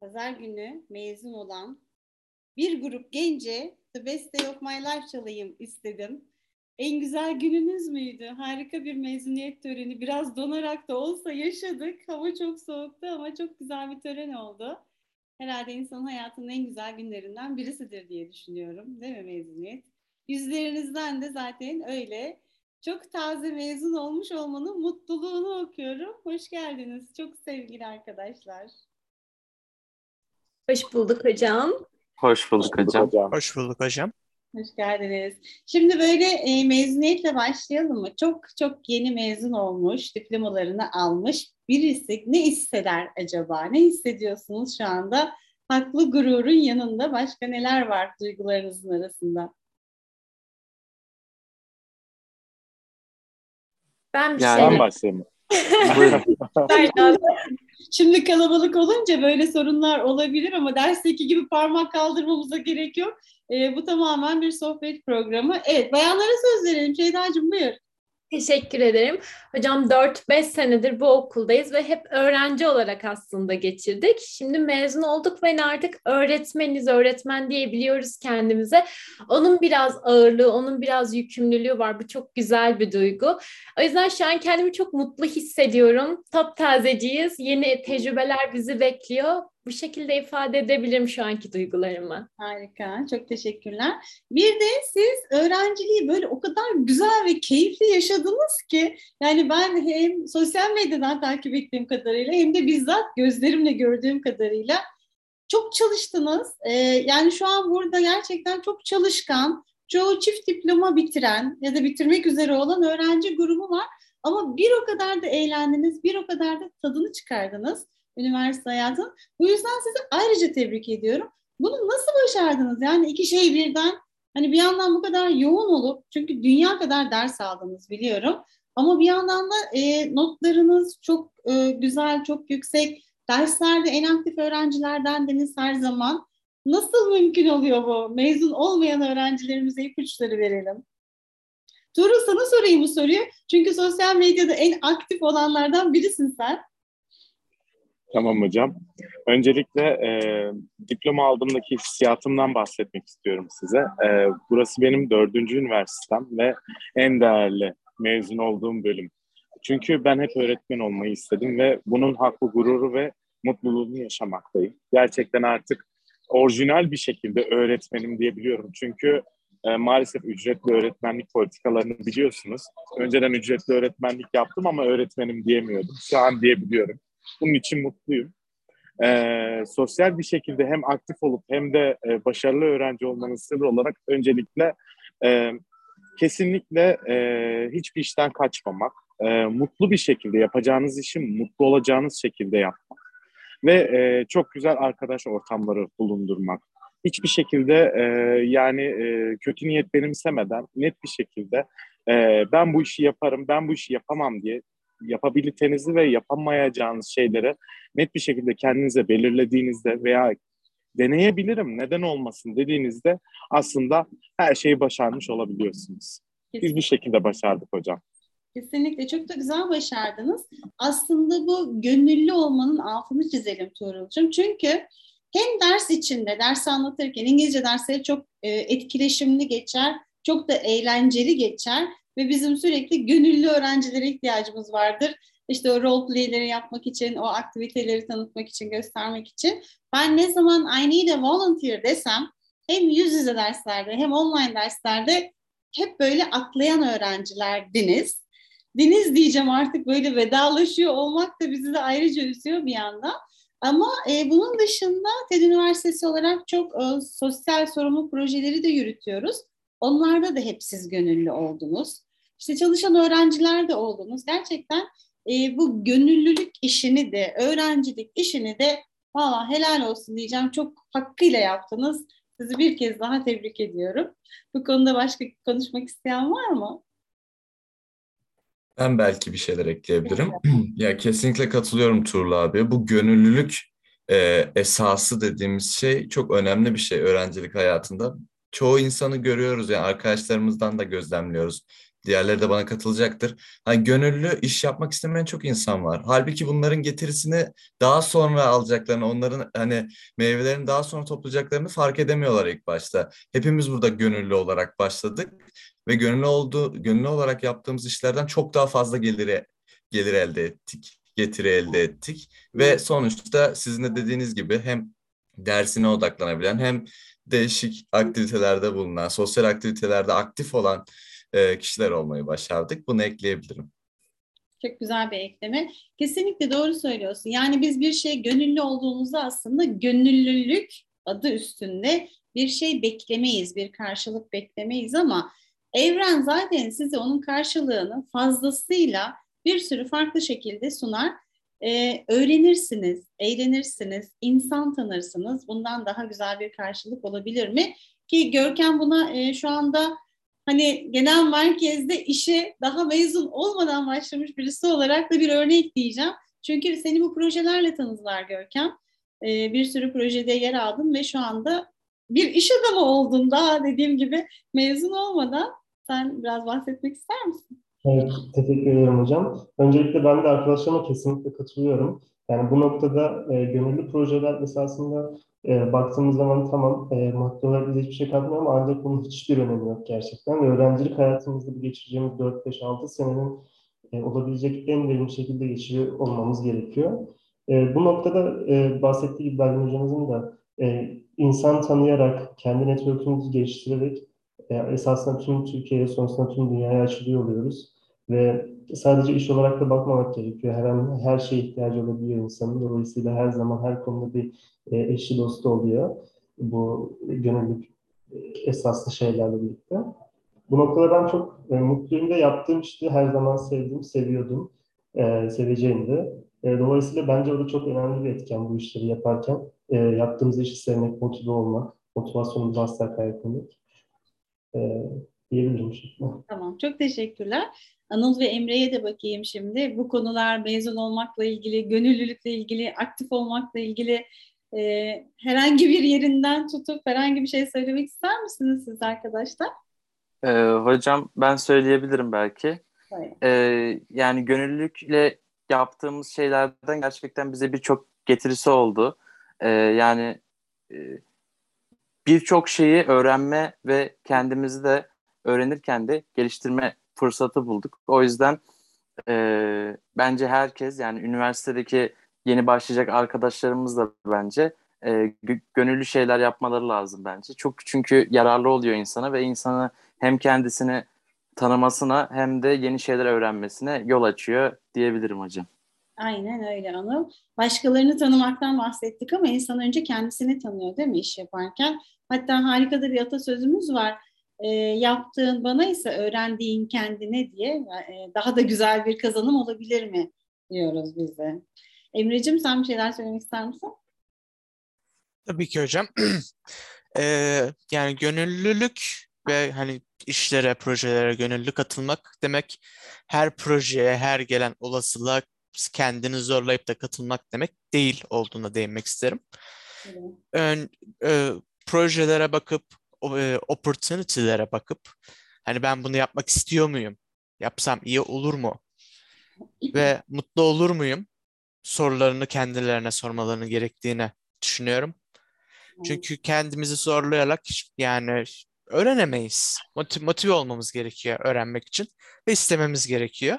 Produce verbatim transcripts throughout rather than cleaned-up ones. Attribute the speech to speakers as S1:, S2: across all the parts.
S1: Pazar günü mezun olan bir grup gence The Best Day of My Life çalayım istedim. En güzel gününüz müydü? Harika bir mezuniyet töreni. Biraz donarak da olsa yaşadık. Hava çok soğuktu ama çok güzel bir tören oldu. Herhalde insanın hayatının en güzel günlerinden birisidir diye düşünüyorum. Değil mi mezuniyet? Yüzlerinizden de zaten öyle. Çok taze mezun olmuş olmanın mutluluğunu okuyorum. Hoş geldiniz. Çok sevgili arkadaşlar.
S2: Hoş bulduk hocam.
S3: Hoş bulduk hocam.
S4: Hoş bulduk hocam.
S1: Hoş geldiniz. Şimdi böyle e, mezuniyetle başlayalım mı? Çok çok yeni mezun olmuş, diplomalarını almış birisi ne hisseder acaba? Ne hissediyorsunuz şu anda? Haklı gururun yanında başka neler var duygularınızın arasında?
S2: Ben bir
S3: Yani-
S2: şey...
S3: Ben
S4: başlayayım.
S3: Buyurun.
S1: Şimdi kalabalık olunca böyle sorunlar olabilir ama dersteki gibi parmak kaldırmamıza gerek yok. E, bu tamamen bir sohbet programı. Evet, bayanlara söz verelim. Ceyda'cığım buyur.
S2: Teşekkür ederim. Hocam dört beş senedir bu okuldayız ve hep öğrenci olarak aslında geçirdik. Şimdi mezun olduk ve artık öğretmeniz, öğretmen diyebiliyoruz kendimize. Onun biraz ağırlığı, onun biraz yükümlülüğü var. Bu çok güzel bir duygu. O yüzden şu an kendimi çok mutlu hissediyorum. Taptazeciyiz. Yeni tecrübeler bizi bekliyor. Bu şekilde ifade edebilirim şu anki duygularımı.
S1: Harika, çok teşekkürler. Bir de siz öğrenciliği böyle o kadar güzel ve keyifli yaşadınız ki yani ben hem sosyal medyadan takip ettiğim kadarıyla hem de bizzat gözlerimle gördüğüm kadarıyla çok çalıştınız. Ee, yani şu an burada gerçekten çok çalışkan, çoğu çift diploma bitiren ya da bitirmek üzere olan öğrenci grubu var. Ama bir o kadar da eğlendiniz, bir o kadar da tadını çıkardınız üniversite hayatın. Bu yüzden sizi ayrıca tebrik ediyorum. Bunu nasıl başardınız? Yani iki şey birden hani bir yandan bu kadar yoğun olup çünkü dünya kadar ders aldınız biliyorum. Ama bir yandan da e, notlarınız çok e, güzel, çok yüksek. Derslerde en aktif öğrencilerdendiniz her zaman. Nasıl mümkün oluyor bu? Mezun olmayan öğrencilerimize ipuçları verelim. Tuğrul sana sorayım bu soruyu. Çünkü sosyal medyada en aktif olanlardan birisin sen.
S4: Tamam hocam. Öncelikle e, diploma aldığımdaki hissiyatımdan bahsetmek istiyorum size. E, burası benim dördüncü üniversitem ve en değerli mezun olduğum bölüm. Çünkü ben hep öğretmen olmayı istedim ve bunun haklı gururu ve mutluluğunu yaşamaktayım. Gerçekten artık orijinal bir şekilde öğretmenim diyebiliyorum. Çünkü e, maalesef ücretli öğretmenlik politikalarını biliyorsunuz. Önceden ücretli öğretmenlik yaptım ama öğretmenim diyemiyordum. Şu an diyebiliyorum. Bunun için mutluyum. Ee, sosyal bir şekilde hem aktif olup hem de e, başarılı öğrenci olmanın sırrı olarak öncelikle e, kesinlikle e, hiçbir işten kaçmamak, e, mutlu bir şekilde yapacağınız işi mutlu olacağınız şekilde yapmak ve e, çok güzel arkadaş ortamları bulundurmak. Hiçbir şekilde e, yani e, kötü niyet benimsemeden net bir şekilde e, ben bu işi yaparım, ben bu işi yapamam diye yapabilitenizi ve yapamayacağınız şeyleri net bir şekilde kendinize belirlediğinizde veya deneyebilirim, neden olmasın dediğinizde aslında her şeyi başarmış olabiliyorsunuz. Biz bu şekilde başardık hocam.
S1: Kesinlikle çok da güzel başardınız. Aslında bu gönüllü olmanın altını çizelim Tuğrul'cum. Çünkü hem ders içinde, ders anlatırken İngilizce dersleri çok e, etkileşimli geçer, çok da eğlenceli geçer ve bizim sürekli gönüllü öğrencilere ihtiyacımız vardır. İşte o role play'leri yapmak için, o aktiviteleri tanıtmak için, göstermek için. Ben ne zaman I need a volunteer desem hem yüz yüze derslerde hem online derslerde hep böyle atlayan öğrencilerdiniz. Deniz diyeceğim artık böyle vedalaşıyor olmak da bizi de ayrıca üzüyor bir yandan. Ama e, bunun dışında TED Üniversitesi olarak çok e, sosyal sorumluluk projeleri de yürütüyoruz. Onlarda da hep siz gönüllü oldunuz. İşte çalışan öğrenciler de oldunuz. Gerçekten e, bu gönüllülük işini de, öğrencilik işini de valla helal olsun diyeceğim. Çok hakkıyla yaptınız. Sizi bir kez daha tebrik ediyorum. Bu konuda başka konuşmak isteyen var mı?
S5: Ben belki bir şeyler ekleyebilirim. Ya kesinlikle katılıyorum Tuğrul abi. Bu gönüllülük e, esası dediğimiz şey çok önemli bir şey öğrencilik hayatında. Çoğu insanı görüyoruz yani arkadaşlarımızdan da gözlemliyoruz. diğerleri de bana katılacaktır. Hani gönüllü iş yapmak istemeyen çok insan var. Halbuki bunların getirisini daha sonra alacaklarını, onların hani meyvelerini daha sonra toplayacaklarını fark edemiyorlar ilk başta. Hepimiz burada gönüllü olarak başladık ve gönüllü oldu, gönüllü olarak yaptığımız işlerden çok daha fazla geliri gelir elde ettik, getiri elde ettik ve sonuçta sizin de dediğiniz gibi hem dersine odaklanabilen hem değişik aktivitelerde bulunan, sosyal aktivitelerde aktif olan e, kişiler olmayı başardık. Bunu ekleyebilirim.
S1: Çok güzel bir ekleme. Kesinlikle doğru söylüyorsun. Yani biz bir şey gönüllü olduğumuzda aslında gönüllülük adı üstünde bir şey beklemeyiz, bir karşılık beklemeyiz ama evren zaten size onun karşılığını fazlasıyla bir sürü farklı şekilde sunar. Ee, öğrenirsiniz, eğlenirsiniz, insan tanırsınız. Bundan daha güzel bir karşılık olabilir mi? Ki Görkem buna e, şu anda hani genel merkezde işe daha mezun olmadan başlamış birisi olarak da bir örnek diyeceğim. Çünkü seni bu projelerle tanıdılar Görkem. Ee, bir sürü projede yer aldın ve şu anda bir iş adamı oldun daha dediğim gibi mezun olmadan. Sen biraz bahsetmek ister misin?
S6: Evet, teşekkür ederim hocam. Öncelikle ben de arkadaşlarıma kesinlikle katılıyorum. Yani bu noktada e, gönüllü projeler esasında e, baktığımız zaman tamam e, maddi olarak bize hiçbir şey katmıyor ama ancak bunun hiçbir önemi yok gerçekten. Ve öğrencilik hayatımızda geçireceğimiz dört beş altı senenin e, olabilecek en verimli şekilde geçiriyor olmamız gerekiyor. E, bu noktada e, bahsettiği gibi Belgin hocamızın da e, insan tanıyarak, kendi network'ümüzü geliştirerek e, esasında tüm Türkiye'ye, sonrasında tüm dünyaya açılıyor oluyoruz. Ve sadece iş olarak da bakmamak gerekiyor. Her an her şeye ihtiyacı olabiliyor insanın. Dolayısıyla her zaman her konuda bir e, eşi dostu oluyor. Bu gönüllülük e, esaslı şeylerle birlikte. Bu noktada ben çok e, mutluyum ve yaptığım işi her zaman sevdim, seviyordum, e, seveceğim de. E, dolayısıyla bence o da çok önemli bir etken bu işleri yaparken. E, yaptığımız işi sevmek, motive olmak, motivasyonumuzu asla kaybetmemek e, diyebilirim bu şekilde.
S1: Tamam, çok teşekkürler. Anıl ve Emre'ye de bakayım şimdi. Bu konular mezun olmakla ilgili, gönüllülükle ilgili, aktif olmakla ilgili e, herhangi bir yerinden tutup herhangi bir şey söylemek ister misiniz siz arkadaşlar?
S3: Ee, hocam ben söyleyebilirim belki.
S1: Hayır.
S3: Ee, yani gönüllülükle yaptığımız şeylerden gerçekten bize birçok getirisi oldu. Ee, yani e, birçok şeyi öğrenme ve kendimizi de öğrenirken de geliştirme fırsatı bulduk. O yüzden e, bence herkes, yani üniversitedeki yeni başlayacak arkadaşlarımız da bence e, gö- gönüllü şeyler yapmaları lazım bence. Çok, çünkü yararlı oluyor insana ve insanı hem kendisini tanımasına hem de yeni şeyler öğrenmesine yol açıyor diyebilirim hocam.
S1: Aynen öyle Anıl. Başkalarını tanımaktan bahsettik ama insan önce kendisini tanıyor değil mi iş yaparken? Hatta harika da bir atasözümüz var. E, yaptığın bana ise öğrendiğin kendine diye e, daha da güzel bir kazanım olabilir mi diyoruz biz de. Emre'cim sen bir şeyler söylemek ister misin?
S7: Tabii ki hocam. Ee, yani gönüllülük ve hani işlere, projelere gönüllü katılmak demek her projeye, her gelen olasılığa kendini zorlayıp da katılmak demek değil olduğuna değinmek isterim.
S1: Evet.
S7: Ön, e, projelere bakıp, o- e, opportunity'lere bakıp hani ben bunu yapmak istiyor muyum? Yapsam iyi olur mu? Ve mutlu olur muyum? Sorularını kendilerine sormalarını gerektiğini düşünüyorum. Çünkü kendimizi zorlayarak hiç- yani öğrenemeyiz. Motiv- motive olmamız gerekiyor öğrenmek için ve istememiz gerekiyor.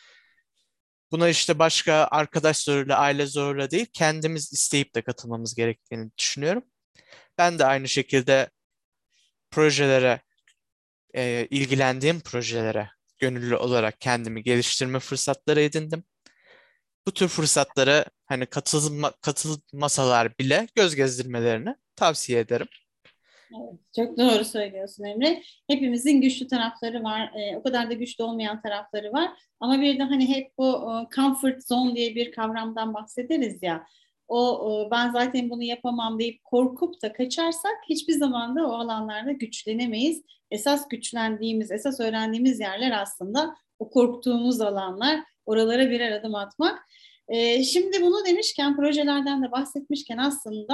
S7: Buna işte başka arkadaş zoruyla, aile zoruyla değil, kendimiz isteyip de katılmamız gerektiğini düşünüyorum. Ben de aynı şekilde projelere, e, ilgilendiğim projelere gönüllü olarak kendimi geliştirme fırsatları edindim. Bu tür fırsatlara hani katılma, katılmasalar bile göz gezdirmelerini tavsiye ederim.
S1: Evet, çok doğru söylüyorsun Emre. Hepimizin güçlü tarafları var. E, o kadar da güçlü olmayan tarafları var. Ama bir de hani hep bu e, comfort zone diye bir kavramdan bahsederiz ya. O e, ben zaten bunu yapamam deyip korkup da kaçarsak hiçbir zaman da o alanlarda güçlenemeyiz. Esas güçlendiğimiz, esas öğrendiğimiz yerler aslında o korktuğumuz alanlar. Oralara birer adım atmak. E, şimdi bunu demişken, projelerden de bahsetmişken aslında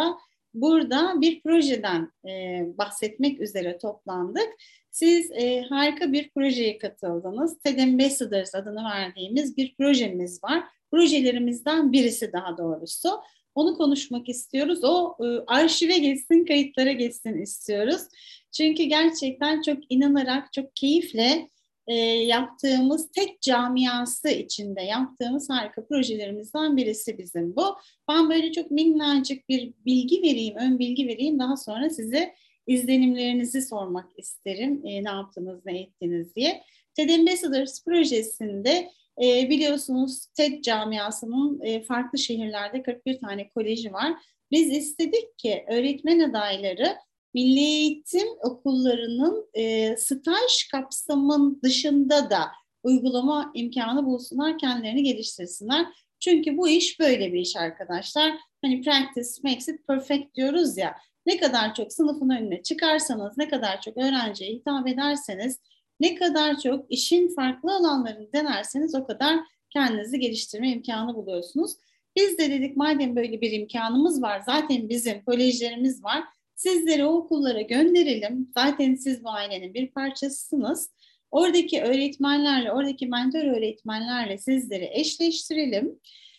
S1: burada bir projeden e, bahsetmek üzere toplandık. Siz e, harika bir projeye katıldınız. TED Ambassadors adını verdiğimiz bir projemiz var. Projelerimizden birisi daha doğrusu. Onu konuşmak istiyoruz. O e, arşive geçsin, kayıtlara geçsin istiyoruz. Çünkü gerçekten çok inanarak, çok keyifle e, yaptığımız tek camiası içinde yaptığımız harika projelerimizden birisi bizim bu. Ben böyle çok minnacık bir bilgi vereyim, ön bilgi vereyim. Daha sonra size izlenimlerinizi sormak isterim. E, ne yaptınız, ne ettiniz diye. TED Ambassadors projesinde e, biliyorsunuz TED camiasının e, farklı şehirlerde kırk bir tane koleji var. Biz istedik ki öğretmen adayları milli eğitim okullarının e, staj kapsamının dışında da uygulama imkanı bulsunlar, kendilerini geliştirsinler. Çünkü bu iş böyle bir iş arkadaşlar. Hani practice makes it perfect diyoruz ya. Ne kadar çok sınıfın önüne çıkarsanız, ne kadar çok öğrenciye hitap ederseniz, ne kadar çok işin farklı alanlarını denerseniz o kadar kendinizi geliştirme imkanı buluyorsunuz. Biz de dedik madem böyle bir imkanımız var, zaten bizim kolejlerimiz var, sizleri o okullara gönderelim. Zaten siz bu ailenin bir parçasısınız. Oradaki öğretmenlerle, oradaki mentor öğretmenlerle sizleri eşleştirelim.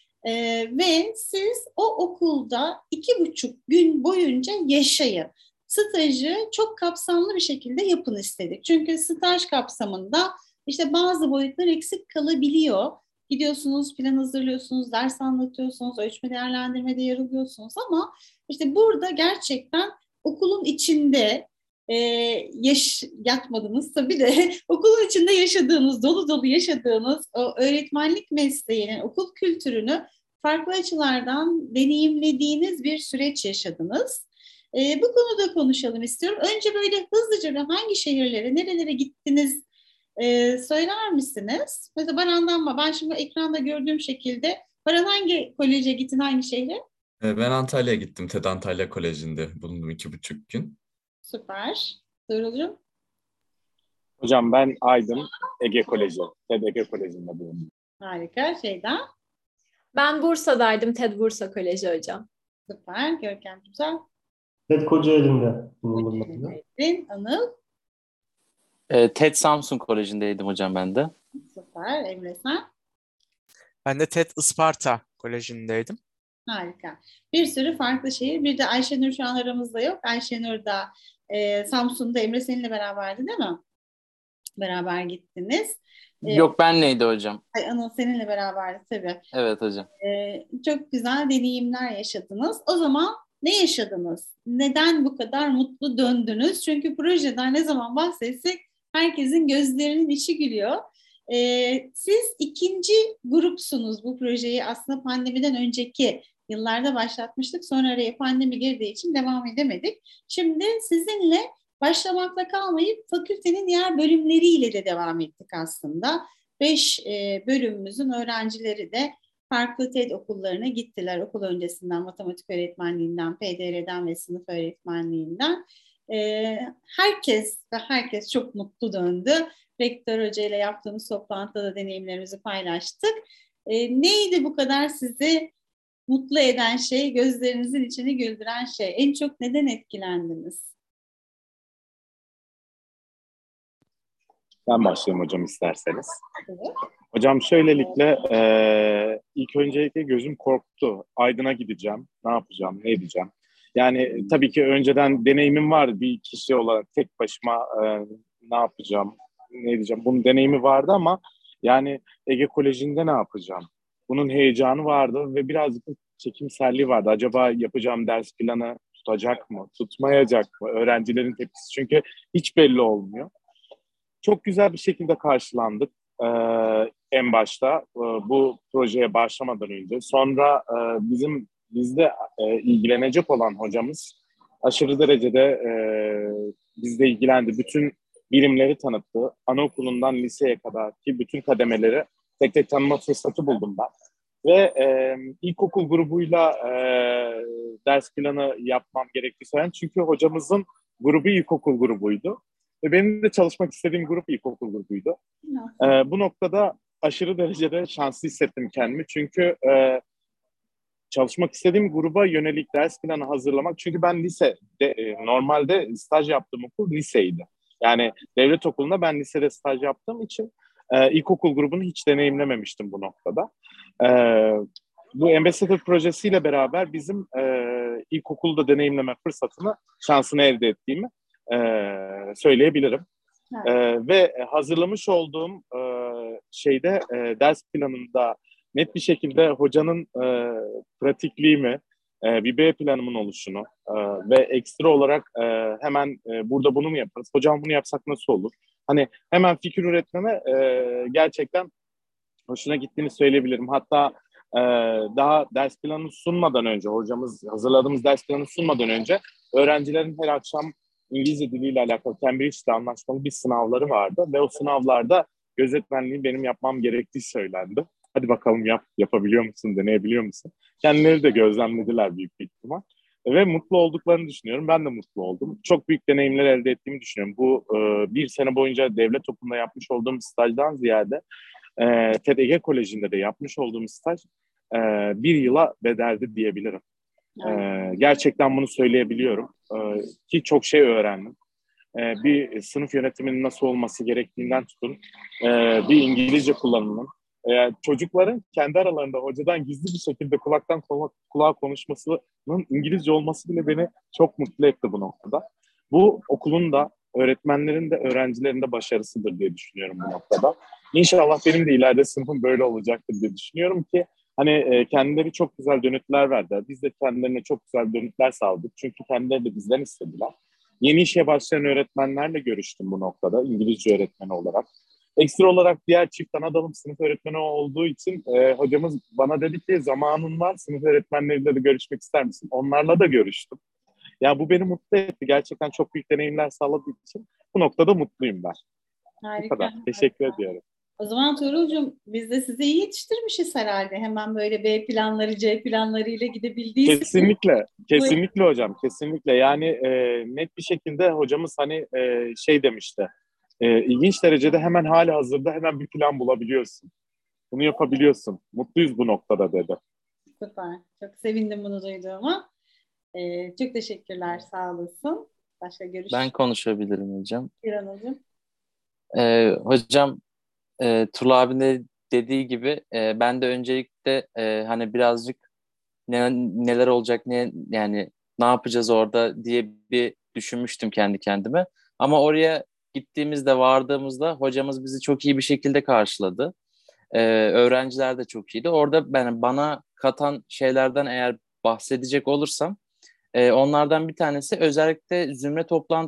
S1: Ee, ve siz o okulda iki buçuk gün boyunca yaşayın. Stajı çok kapsamlı bir şekilde yapın istedik. Çünkü staj kapsamında işte bazı boyutlar eksik kalabiliyor. Gidiyorsunuz, plan hazırlıyorsunuz, ders anlatıyorsunuz, ölçme değerlendirmede yer alıyorsunuz ama işte burada gerçekten okulun içinde e, yaş yatmadınız tabii de okulun içinde yaşadığınız, dolu dolu yaşadığınız o öğretmenlik mesleğinin, okul kültürünü farklı açılardan deneyimlediğiniz bir süreç yaşadınız. E, bu konuda konuşalım istiyorum. Önce böyle hızlıca hangi şehirlere, nerelere gittiniz e, söyler misiniz? Mesela Baran'dan mı? Ben şimdi ekranda gördüğüm şekilde. Baran hangi koleje gittin, hangi şehre?
S5: Ee, Ben Antalya'ya gittim. TED Antalya Koleji'nde bulundum iki buçuk gün.
S1: Süper. Doğrucuğum.
S4: Hocam ben Aydın Ege Koleji, TED Ege Koleji'nde bulundum.
S1: Harika. Şeyda.
S2: Ben Bursa'daydım. TED Bursa Koleji hocam.
S1: Süper. Görkem güzel.
S6: TED Kocaeli'nde bulundum ben de.
S1: Kocaeli'din. Anıl.
S3: E, TED Samsun Koleji'ndeydim hocam ben de.
S1: Süper. Emre sen.
S7: Ben de TED Isparta Koleji'ndeydim.
S1: Harika. Bir sürü farklı şehir. Bir de Ayşenur şu an aramızda yok. Ayşenur da e, Samsun'da Emre seninle beraberdi değil mi? Beraber gittiniz. E,
S3: Yok ben neydi hocam?
S1: Ay, Anıl seninle beraberdi tabii.
S3: Evet hocam.
S1: E, çok güzel deneyimler yaşadınız. O zaman ne yaşadınız? Neden bu kadar mutlu döndünüz? Çünkü projeden ne zaman bahsetsek herkesin gözlerinin içi gülüyor. Ee, siz ikinci grupsunuz bu projeyi aslında pandemiden önceki yıllarda başlatmıştık. Sonra araya pandemi girdiği için devam edemedik. Şimdi sizinle başlamakla kalmayıp fakültenin diğer bölümleriyle de devam ettik aslında. Beş e, bölümümüzün öğrencileri de farklı TED okullarına gittiler. Okul öncesinden, matematik öğretmenliğinden, P D R'den ve sınıf öğretmenliğinden. Ee, herkes ve herkes çok mutlu döndü. Rektör Hoca ile yaptığımız toplantıda da deneyimlerimizi paylaştık. Ee, neydi bu kadar sizi mutlu eden şey, gözlerinizin içini güldüren şey? En çok neden etkilendiniz?
S4: Ben başlayayım hocam isterseniz.
S1: Evet.
S4: Hocam şöylelikle e, ilk öncelikle gözüm korktu. Aydın'a gideceğim, ne yapacağım, ne edeceğim? Yani tabii ki önceden deneyimim vardı bir kişi olarak tek başıma e, ne yapacağım, ne edeceğim? Bunun deneyimi vardı ama yani Ege Koleji'nde ne yapacağım? Bunun heyecanı vardı ve birazcık çekimselliği vardı. Acaba yapacağım ders planı tutacak mı, tutmayacak mı? Öğrencilerin tepkisi çünkü hiç belli olmuyor. Çok güzel bir şekilde karşılandık ee, en başta e, bu projeye başlamadan önce. Sonra e, bizim bizde e, ilgilenecek olan hocamız aşırı derecede e, bizle ilgilendi. Bütün birimleri tanıttı. Anaokulundan liseye kadar ki bütün kademeleri tek tek tanıma fırsatı buldum ben. Ve e, ilkokul grubuyla e, ders planı yapmam gerektiği söylendi. Çünkü hocamızın grubu ilkokul grubuydu. Ve benim de çalışmak istediğim grup ilkokul grubuydu. Ee, bu noktada aşırı derecede şanslı hissettim kendimi. Çünkü e, çalışmak istediğim gruba yönelik ders planı hazırlamak. Çünkü ben lisede, e, normalde staj yaptığım okul liseydi. Yani devlet okulunda ben lisede staj yaptığım için e, ilkokul grubunu hiç deneyimlememiştim bu noktada. E, bu Ambassador projesiyle beraber bizim e, ilkokulda deneyimleme fırsatını, şansını elde ettiğimi e, söyleyebilirim.
S1: Evet.
S4: E, ve hazırlamış olduğum e, şeyde e, ders planında net bir şekilde hocanın e, pratikliği mi, e, bir B planımın oluşunu e, ve ekstra olarak e, hemen e, burada bunu mu yaparız, hocam bunu yapsak nasıl olur? Hani hemen fikir üretmeme e, gerçekten hoşuna gittiğini söyleyebilirim. Hatta e, daha ders planını sunmadan önce, hocamız hazırladığımız ders planını sunmadan önce öğrencilerin her akşam İngilizce diliyle alakalı Cambridge'de anlaşmalı bir sınavları vardı ve o sınavlarda gözetmenliği benim yapmam gerektiği söylendi. Hadi bakalım yap, yapabiliyor musun, deneyebiliyor musun? Kendileri de gözlemlediler büyük bir ihtimal. Ve mutlu olduklarını düşünüyorum. Ben de mutlu oldum. Çok büyük deneyimler elde ettiğimi düşünüyorum. Bu e, bir sene boyunca devlet okulunda yapmış olduğum stajdan ziyade e, TED Ege Koleji'nde de yapmış olduğum staj e, bir yıla bedeldi diyebilirim. E, gerçekten bunu söyleyebiliyorum. E, ki çok şey öğrendim. E, bir sınıf yönetiminin nasıl olması gerektiğinden tutun, e, bir İngilizce kullanımının, e, çocukların kendi aralarında hocadan gizli bir şekilde kulaktan kula- kulağa konuşmasının İngilizce olması bile beni çok mutlu etti bu noktada. Bu okulun da, öğretmenlerin de, öğrencilerin de başarısıdır diye düşünüyorum bu noktada. İnşallah benim de ileride sınıfım böyle olacaktır diye düşünüyorum ki hani e, kendileri çok güzel dönütler verdiler. Biz de kendilerine çok güzel dönütler sağladık. Çünkü kendileri de bizden istediler. Yeni işe başlayan öğretmenlerle görüştüm bu noktada, İngilizce öğretmeni olarak. Ekstra olarak diğer çift ana dalım sınıf öğretmeni olduğu için e, hocamız bana dedi ki zamanın var, sınıf öğretmenleriyle de görüşmek ister misin? Onlarla da görüştüm. Ya bu beni mutlu etti. Gerçekten çok büyük deneyimler sağladığı için bu noktada mutluyum ben. Bu
S1: Harika,
S4: kadar. Teşekkür
S1: harika.
S4: ediyorum.
S1: O zaman Tuğrul'cum biz de sizi iyi yetiştirmişiz herhalde. Hemen böyle B planları, C planlarıyla gidebildiyseniz.
S4: Kesinlikle, kesinlikle hocam, kesinlikle. Yani e, net bir şekilde hocamız hani e, şey demişti. E, ilginç derecede hemen hali hazırda hemen bir plan bulabiliyorsun. Bunu yapabiliyorsun. Mutluyuz bu noktada dedi.
S1: Süper. Çok sevindim bunu duyduğuma. Ee, çok teşekkürler. Sağ olasın. Başka görüş.
S3: Ben konuşabilirim hocam.
S1: İran hocam.
S3: Ee, hocam e, Tuğla abinin de dediği gibi e, ben de öncelikle e, hani birazcık ne, neler olacak, ne yani ne yapacağız orada diye bir düşünmüştüm kendi kendime. Ama oraya gittiğimizde, vardığımızda hocamız bizi çok iyi bir şekilde karşıladı. Ee, öğrenciler de çok iyiydi. Orada ben bana katan şeylerden eğer bahsedecek olursam e, onlardan bir tanesi özellikle zümre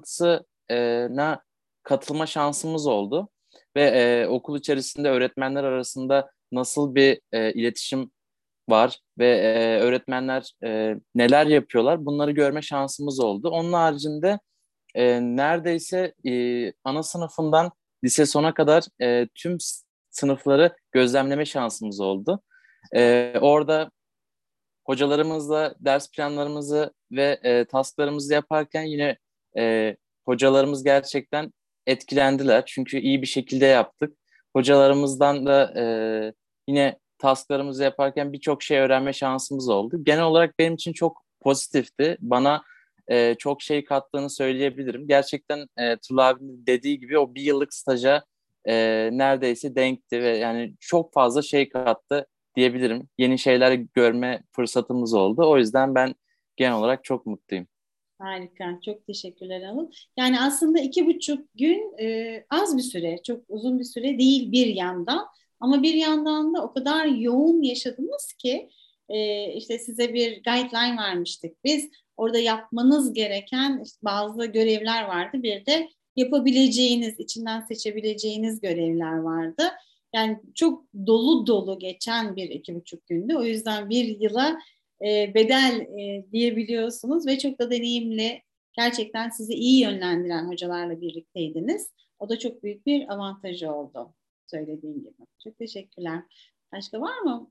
S3: toplantısına katılma şansımız oldu. Ve e, okul içerisinde öğretmenler arasında nasıl bir e, iletişim var ve e, öğretmenler e, neler yapıyorlar bunları görme şansımız oldu. Onun haricinde e, neredeyse e, ana sınıfından lise sona kadar e, tüm sınıfları gözlemleme şansımız oldu. E, orada hocalarımızla ders planlarımızı ve e, tasklarımızı yaparken yine e, hocalarımız gerçekten etkilendiler. Çünkü iyi bir şekilde yaptık. Hocalarımızdan da e, yine tasklarımızı yaparken birçok şey öğrenme şansımız oldu. Genel olarak benim için çok pozitifti. Bana e, çok şey kattığını söyleyebilirim. Gerçekten e, Tuğla abinin dediği gibi o bir yıllık staja e, neredeyse denkti ve yani çok fazla şey kattı diyebilirim. Yeni şeyler görme fırsatımız oldu. O yüzden ben genel olarak çok mutluyum.
S1: Harika. Çok teşekkürler Anıl. Yani aslında iki buçuk gün e, az bir süre, çok uzun bir süre değil bir yandan. Ama bir yandan da o kadar yoğun yaşadınız ki e, işte size bir guideline vermiştik biz. Orada yapmanız gereken işte bazı görevler vardı. Bir de yapabileceğiniz, içinden seçebileceğiniz görevler vardı. Yani çok dolu dolu geçen bir iki buçuk gündü. O yüzden bir yıla e, bedel e, diyebiliyorsunuz ve çok da deneyimli, gerçekten sizi iyi yönlendiren hocalarla birlikteydiniz. O da çok büyük bir avantajı oldu söylediğim gibi. Çok teşekkürler. Başka var mı?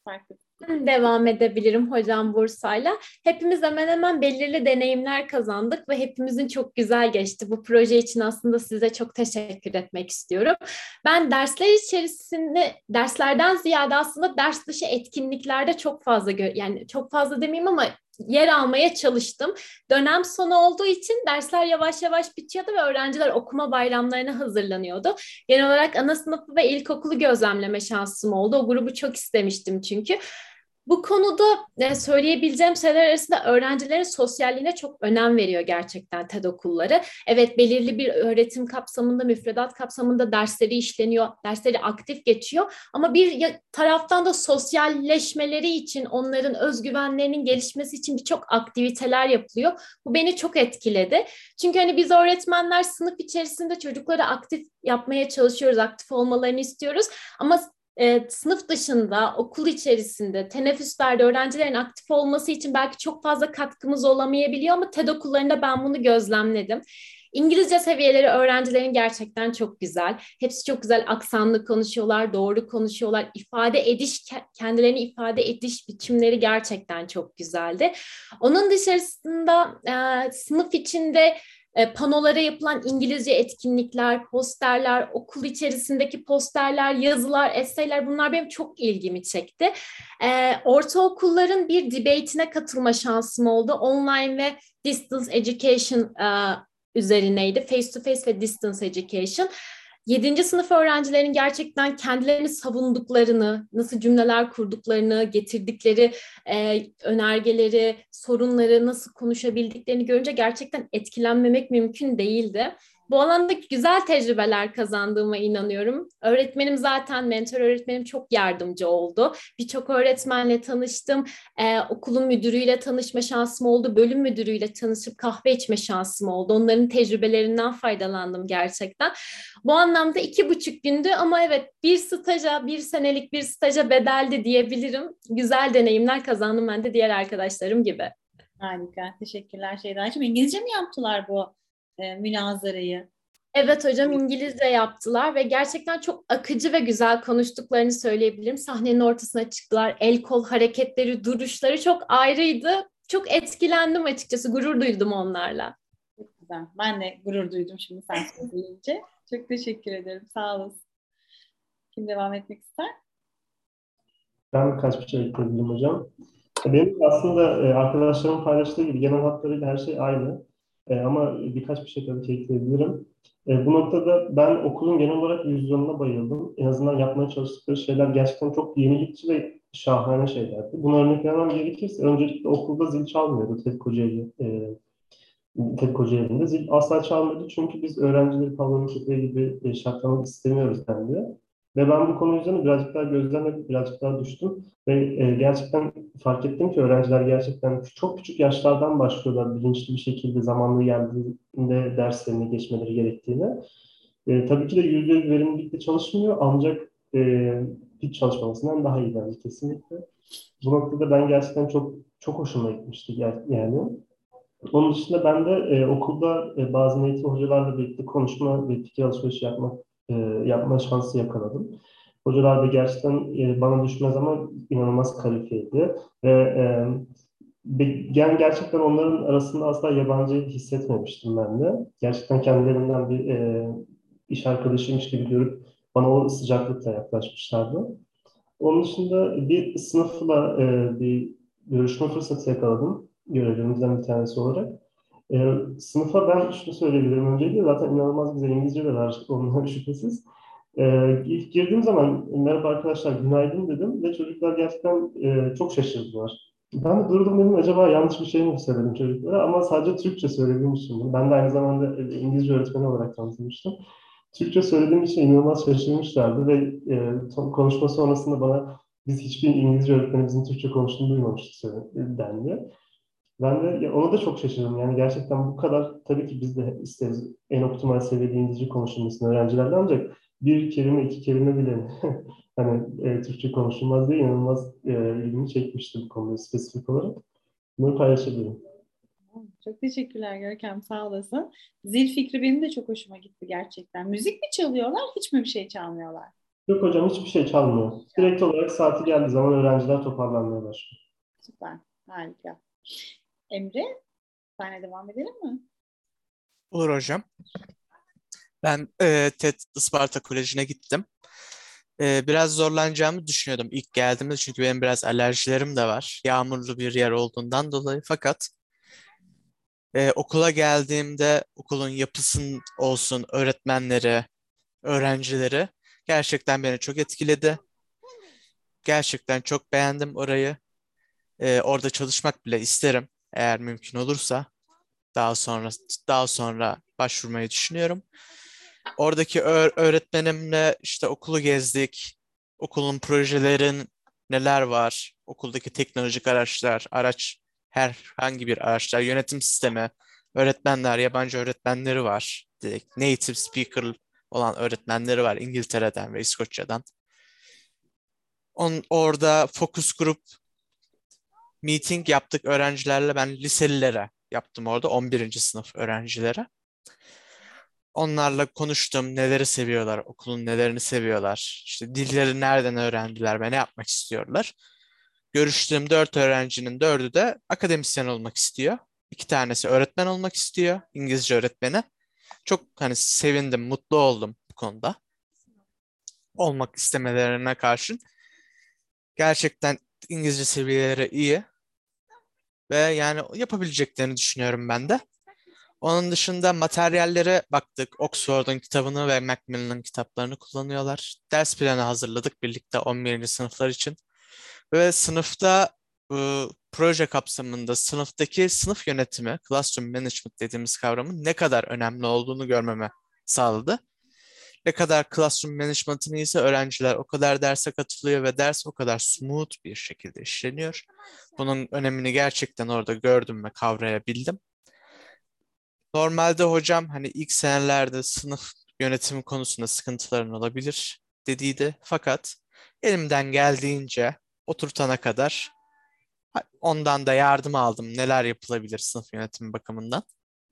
S1: farklı.
S2: Devam edebilirim hocam Bursa'yla. Hepimiz hemen hemen belirli deneyimler kazandık ve hepimizin çok güzel geçti. Bu proje için aslında size çok teşekkür etmek istiyorum. Ben dersler içerisinde, derslerden ziyade aslında ders dışı etkinliklerde çok fazla, gö- yani çok fazla demeyeyim ama yer almaya çalıştım. Dönem sonu olduğu için dersler yavaş yavaş bitiyordu ve öğrenciler okuma bayramlarına hazırlanıyordu. Genel olarak ana sınıfı ve ilkokulu gözlemleme şansım oldu. O grubu çok istemiştim çünkü. Bu konuda e, söyleyebileceğim şeyler arasında öğrencilerin sosyalliğine çok önem veriyor gerçekten TED okulları. Evet, belirli bir öğretim kapsamında, müfredat kapsamında dersleri işleniyor, dersleri aktif geçiyor. Ama bir ya- taraftan da sosyalleşmeleri için, onların özgüvenlerinin gelişmesi için birçok aktiviteler yapılıyor. Bu beni çok etkiledi. Çünkü hani biz öğretmenler sınıf içerisinde çocukları aktif yapmaya çalışıyoruz, aktif olmalarını istiyoruz. Ama e, sınıf dışında, okul içerisinde, teneffüslerde öğrencilerin aktif olması için belki çok fazla katkımız olamayabiliyor ama TED okullarında ben bunu gözlemledim. İngilizce seviyeleri öğrencilerin gerçekten çok güzel. Hepsi çok güzel aksanlı konuşuyorlar, doğru konuşuyorlar. İfade ediş, kendilerini ifade ediş biçimleri gerçekten çok güzeldi. Onun dışarısında e, sınıf içinde e, panolara yapılan İngilizce etkinlikler, posterler, okul içerisindeki posterler, yazılar, essayler, bunlar benim çok ilgimi çekti. E, ortaokulların bir debate'ine katılma şansım oldu. Online ve distance education e, üzerineydi. Face to face ve distance education. Yedinci sınıf öğrencilerin gerçekten kendilerini savunduklarını, nasıl cümleler kurduklarını, getirdikleri e, önergeleri, sorunları nasıl konuşabildiklerini görünce gerçekten etkilenmemek mümkün değildi. Bu alanda güzel tecrübeler kazandığıma inanıyorum. Öğretmenim zaten, mentor öğretmenim çok yardımcı oldu. Birçok öğretmenle tanıştım. Ee, okulun müdürüyle tanışma şansım oldu. Bölüm müdürüyle tanışıp kahve içme şansım oldu. Onların tecrübelerinden faydalandım gerçekten. Bu anlamda iki buçuk gündü ama evet, bir staja, bir senelik bir staja bedeldi diyebilirim. Güzel deneyimler kazandım ben de diğer arkadaşlarım gibi.
S1: Harika. Teşekkürler Şeydacığım. İngilizce mi yaptılar bu e, münazarayı?
S2: Evet hocam, İngilizce yaptılar ve gerçekten çok akıcı ve güzel konuştuklarını söyleyebilirim. Sahnenin ortasına çıktılar. El kol hareketleri, duruşları çok ayrıydı. Çok etkilendim açıkçası. Gurur duydum onlarla.
S1: Çok güzel. Ben de gurur duydum şimdi sen söyleyince. Çok teşekkür ederim. Sağ olasın. Kim devam etmek ister?
S6: Ben birkaç bir şey ekleyebilirim hocam. Benim de aslında e, arkadaşlarımın paylaştığı gibi genel hatlarıyla her şey aynı. E, ama birkaç bir şey tabii ki ekleyebilirim. E, bu noktada ben okulun genel olarak vizyonuna bayıldım. En azından yapmaya çalıştıkları şeyler gerçekten çok yenilikçi ve şahane şeylerdi. Buna örnek vermem gerekirse öncelikle okulda zil çalmıyordu TED Kocaeli, e, TED Kocaeli'nde. Zil asla çalmıyordu çünkü biz öğrencileri pavyonun köpeği gibi e, şartlamak istemiyoruz dendi. Ve ben bu konu üzerine birazcık daha gözlemledim, birazcık daha düştüm. Ve e, gerçekten fark ettim ki öğrenciler gerçekten çok küçük yaşlardan başlıyorlar bilinçli bir şekilde zamanlı geldiğinde derslerine geçmeleri gerektiğini. E, tabii ki de yüzde yüz verimlilikle çalışmıyor ancak e, hiç çalışmamasından daha iyi bence kesinlikle. Bu noktada ben gerçekten çok çok hoşuma gitmişti yani. Onun dışında ben de e, okulda e, bazı eğitim hocalarla birlikte konuşma ve fikir alışverişi yapma, e, yapma şansı yakaladım. Hocalar da gerçekten e, bana düşmez ama inanılmaz kalifiydi. Ve e, be- yani gerçekten onların arasında asla yabancı hissetmemiştim ben de. Gerçekten kendilerinden bir e, iş arkadaşıymış gibi görüp bana o sıcaklıkla yaklaşmışlardı. Onun dışında bir sınıfla e, bir görüşme fırsatı yakaladım görevlerimizden bir tanesi olarak. E, sınıfa ben şunu söyleyebilirim öncelikle zaten inanılmaz güzel İngilizce de var ondan şüphesiz. E, ilk girdiğim zaman merhaba arkadaşlar günaydın dedim ve çocuklar gerçekten e, çok şaşırdılar. Ben de durdum dedim acaba yanlış bir şey mi söyledim çocuklara ama sadece Türkçe söylediğim için bunu. Ben de aynı zamanda e, İngilizce öğretmeni olarak tanıtılmıştım. Türkçe söylediğim için inanılmaz şaşırmışlardı ve e, son- konuşma sonrasında bana biz hiçbir İngilizce öğretmenimizin Türkçe konuştuğunu duymamıştık söyle- dendi. Ben de ya ona da çok şaşırdım. Yani gerçekten bu kadar tabii ki biz de isteriz en optimal seviyede İngilizce konuşulmasını öğrencilerle ancak bir kelime iki kelime bile hani e, Türkçe konuşulmaz diye inanılmaz e, ilgimi çekmişti bu konuda spesifik olarak. Bunu paylaşabilirim.
S1: Çok teşekkürler Görkem, sağ olasın. Zil fikri benim de çok hoşuma gitti gerçekten. Müzik mi çalıyorlar, hiç mi bir şey çalmıyorlar?
S6: Yok hocam, hiçbir şey çalmıyor. Direkt olarak saati geldiği zaman öğrenciler toparlanmaya başlıyor.
S1: Süper, harika. Emre, senle devam edelim mi?
S7: Olur hocam. Ben e, TED Isparta Koleji'ne gittim. E, biraz zorlanacağımı düşünüyordum ilk geldiğimde çünkü benim biraz alerjilerim de var. Yağmurlu bir yer olduğundan dolayı. Fakat e, okula geldiğimde okulun yapısın olsun, öğretmenleri, öğrencileri gerçekten beni çok etkiledi. Gerçekten çok beğendim orayı. E, orada çalışmak bile isterim eğer mümkün olursa. Daha sonra daha sonra başvurmayı düşünüyorum. Oradaki öğ- öğretmenimle işte okulu gezdik. Okulun projelerin neler var? Okuldaki teknolojik araçlar, araç herhangi bir araçlar, yönetim sistemi, öğretmenler, yabancı öğretmenleri var. Direkt native speaker olan öğretmenleri var İngiltere'den ve İskoçya'dan. On, orada focus group meeting yaptık öğrencilerle. Ben liselilere yaptım orada on birinci sınıf öğrencilere. Onlarla konuştum. Neleri seviyorlar, okulun nelerini seviyorlar. İşte dilleri nereden öğrendiler ve ne yapmak istiyorlar. Görüştüğüm dört öğrencinin dördü de akademisyen olmak istiyor. İki tanesi öğretmen olmak istiyor, İngilizce öğretmeni. Çok hani sevindim, mutlu oldum bu konuda. Olmak istemelerine karşın. Gerçekten İngilizce seviyeleri iyi ve yani yapabileceklerini düşünüyorum ben de. Onun dışında materyallere baktık. Oxford'un kitabını ve Macmillan'ın kitaplarını kullanıyorlar. Ders planı hazırladık birlikte on birinci sınıflar için. Ve sınıfta bu proje kapsamında sınıftaki sınıf yönetimi, classroom management dediğimiz kavramın ne kadar önemli olduğunu görmeme sağladı. Ne kadar classroom management'ın iyiyse öğrenciler o kadar derse katılıyor ve ders o kadar smooth bir şekilde işleniyor. Bunun önemini gerçekten orada gördüm ve kavrayabildim. Normalde hocam hani ilk senelerde sınıf yönetimi konusunda sıkıntıların olabilir dediydi. Fakat elimden geldiğince oturtana kadar ondan da yardım aldım. Neler yapılabilir sınıf yönetimi bakımından.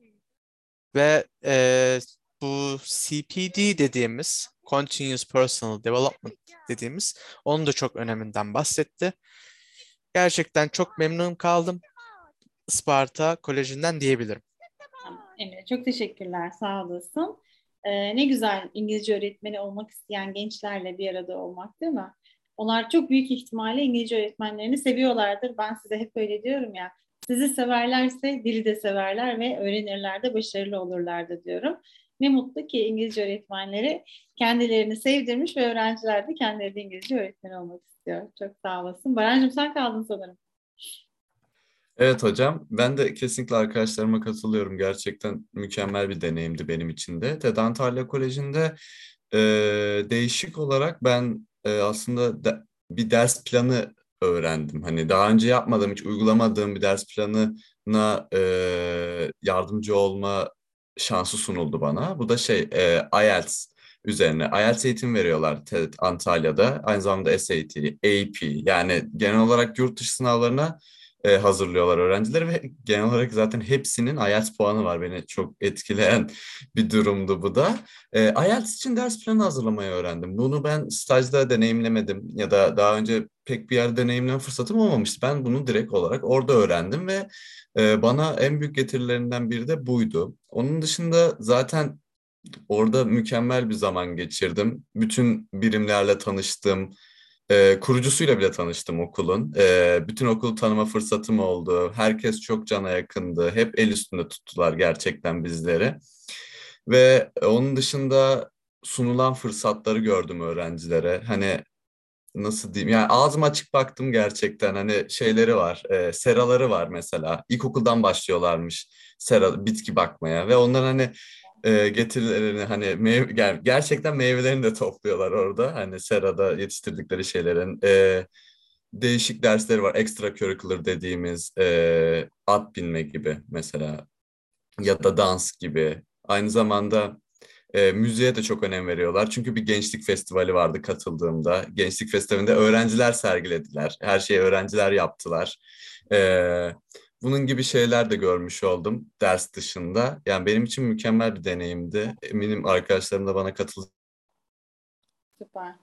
S7: Ve e, bu C P D dediğimiz Continuous Personal Development dediğimiz onun da çok öneminden bahsetti. Gerçekten çok memnun kaldım Isparta Koleji'nden diyebilirim.
S1: Tamam, Emre, çok teşekkürler, sağ olasın. Ee, ne güzel İngilizce öğretmeni olmak isteyen gençlerle bir arada olmak, değil mi? Onlar çok büyük ihtimalle İngilizce öğretmenlerini seviyorlardır. Ben size hep öyle diyorum ya. Sizi severlerse dili de severler ve öğrenirler de başarılı olurlar diyorum. Ne mutlu ki İngilizce öğretmenleri kendilerini sevdirmiş ve öğrenciler de kendileri de İngilizce öğretmeni olmak istiyor. Çok sağ olasın. Barancığım, sen kaldın sanırım.
S5: Evet hocam, ben de kesinlikle arkadaşlarıma katılıyorum. Gerçekten mükemmel bir deneyimdi benim için de. TED Antalya Koleji'nde e, değişik olarak ben e, aslında de- bir ders planı öğrendim. Hani daha önce yapmadığım, hiç uygulamadığım bir ders planına e, yardımcı olma şansı sunuldu bana. Bu da şey, e, IELTS üzerine. IELTS eğitim veriyorlar TED Antalya'da. Aynı zamanda S A T, A P, yani genel olarak yurt dışı sınavlarına e, hazırlıyorlar öğrencileri ve genel olarak zaten hepsinin IELTS puanı var. Beni çok etkileyen bir durumdu bu da. E, IELTS için ders planı hazırlamayı öğrendim. Bunu ben stajda deneyimlemedim ya da daha önce pek bir yerde deneyimleme fırsatım olmamıştı. Ben bunu direkt olarak orada öğrendim ve e, bana en büyük getirilerinden biri de buydu. Onun dışında zaten orada mükemmel bir zaman geçirdim. Bütün birimlerle tanıştım. Ee, kurucusuyla bile tanıştım okulun. Ee, bütün okulu tanıma fırsatım oldu. Herkes çok cana yakındı. Hep el üstünde tuttular gerçekten bizleri. Ve onun dışında sunulan fırsatları gördüm öğrencilere. Hani nasıl diyeyim? Yani ağzım açık baktım gerçekten. Hani şeyleri var, e, seraları var mesela. İlkokuldan başlıyorlarmış sera, bitki bakmaya ve onların hani e, getirilerini hani meyve, ger- gerçekten meyvelerini de topluyorlar orada. Hani serada yetiştirdikleri şeylerin e, değişik dersleri var. Extracurricular dediğimiz e, at binme gibi mesela ya da dans gibi. Aynı zamanda e, müziğe de çok önem veriyorlar. Çünkü bir gençlik festivali vardı katıldığımda. Gençlik festivalinde öğrenciler sergilediler. Her şeyi öğrenciler yaptılar. E, bunun gibi şeyler de görmüş oldum ders dışında. Yani benim için mükemmel bir deneyimdi. Eminim arkadaşlarım da bana katılacak.
S1: Süper.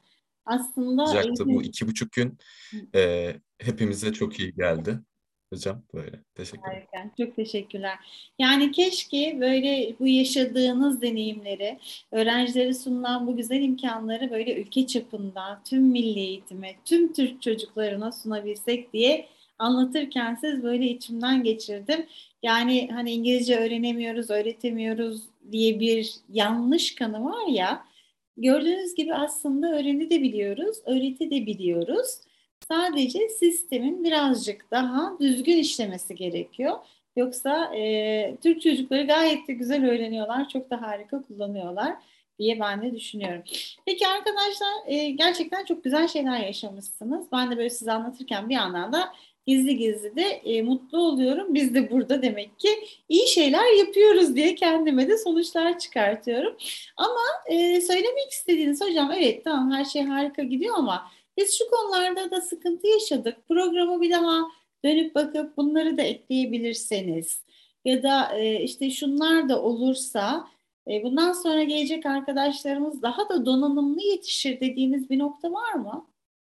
S1: aslında
S5: Olacaktı. Bu
S1: eğitim...
S5: iki buçuk gün e, hepimize çok iyi geldi. Hocam böyle. Teşekkür ederim.
S1: Harika, çok teşekkürler. Yani keşke böyle bu yaşadığınız deneyimleri, öğrencilere sunulan bu güzel imkanları böyle ülke çapında tüm milli eğitime, tüm Türk çocuklarına sunabilsek diye anlatırken siz böyle içimden geçirdim. Yani hani İngilizce öğrenemiyoruz, öğretemiyoruz diye bir yanlış kanı var ya, gördüğünüz gibi aslında öğrenebiliyoruz, öğretebiliyoruz. Sadece sistemin birazcık daha düzgün işlemesi gerekiyor. Yoksa e, Türk çocukları gayet de güzel öğreniyorlar, çok da harika kullanıyorlar diye ben de düşünüyorum. Peki arkadaşlar, e, gerçekten çok güzel şeyler yaşamışsınız. Ben de böyle size anlatırken bir yandan da gizli gizli de e, mutlu oluyorum. Biz de burada demek ki iyi şeyler yapıyoruz diye kendime de sonuçlar çıkartıyorum. Ama e, söylemek istediğiniz hocam, evet tamam her şey harika gidiyor ama biz şu konularda da sıkıntı yaşadık. Programı bir daha dönüp bakıp bunları da ekleyebilirseniz ya da e, işte şunlar da olursa e, bundan sonra gelecek arkadaşlarımız daha da donanımlı yetişir dediğiniz bir nokta var mı?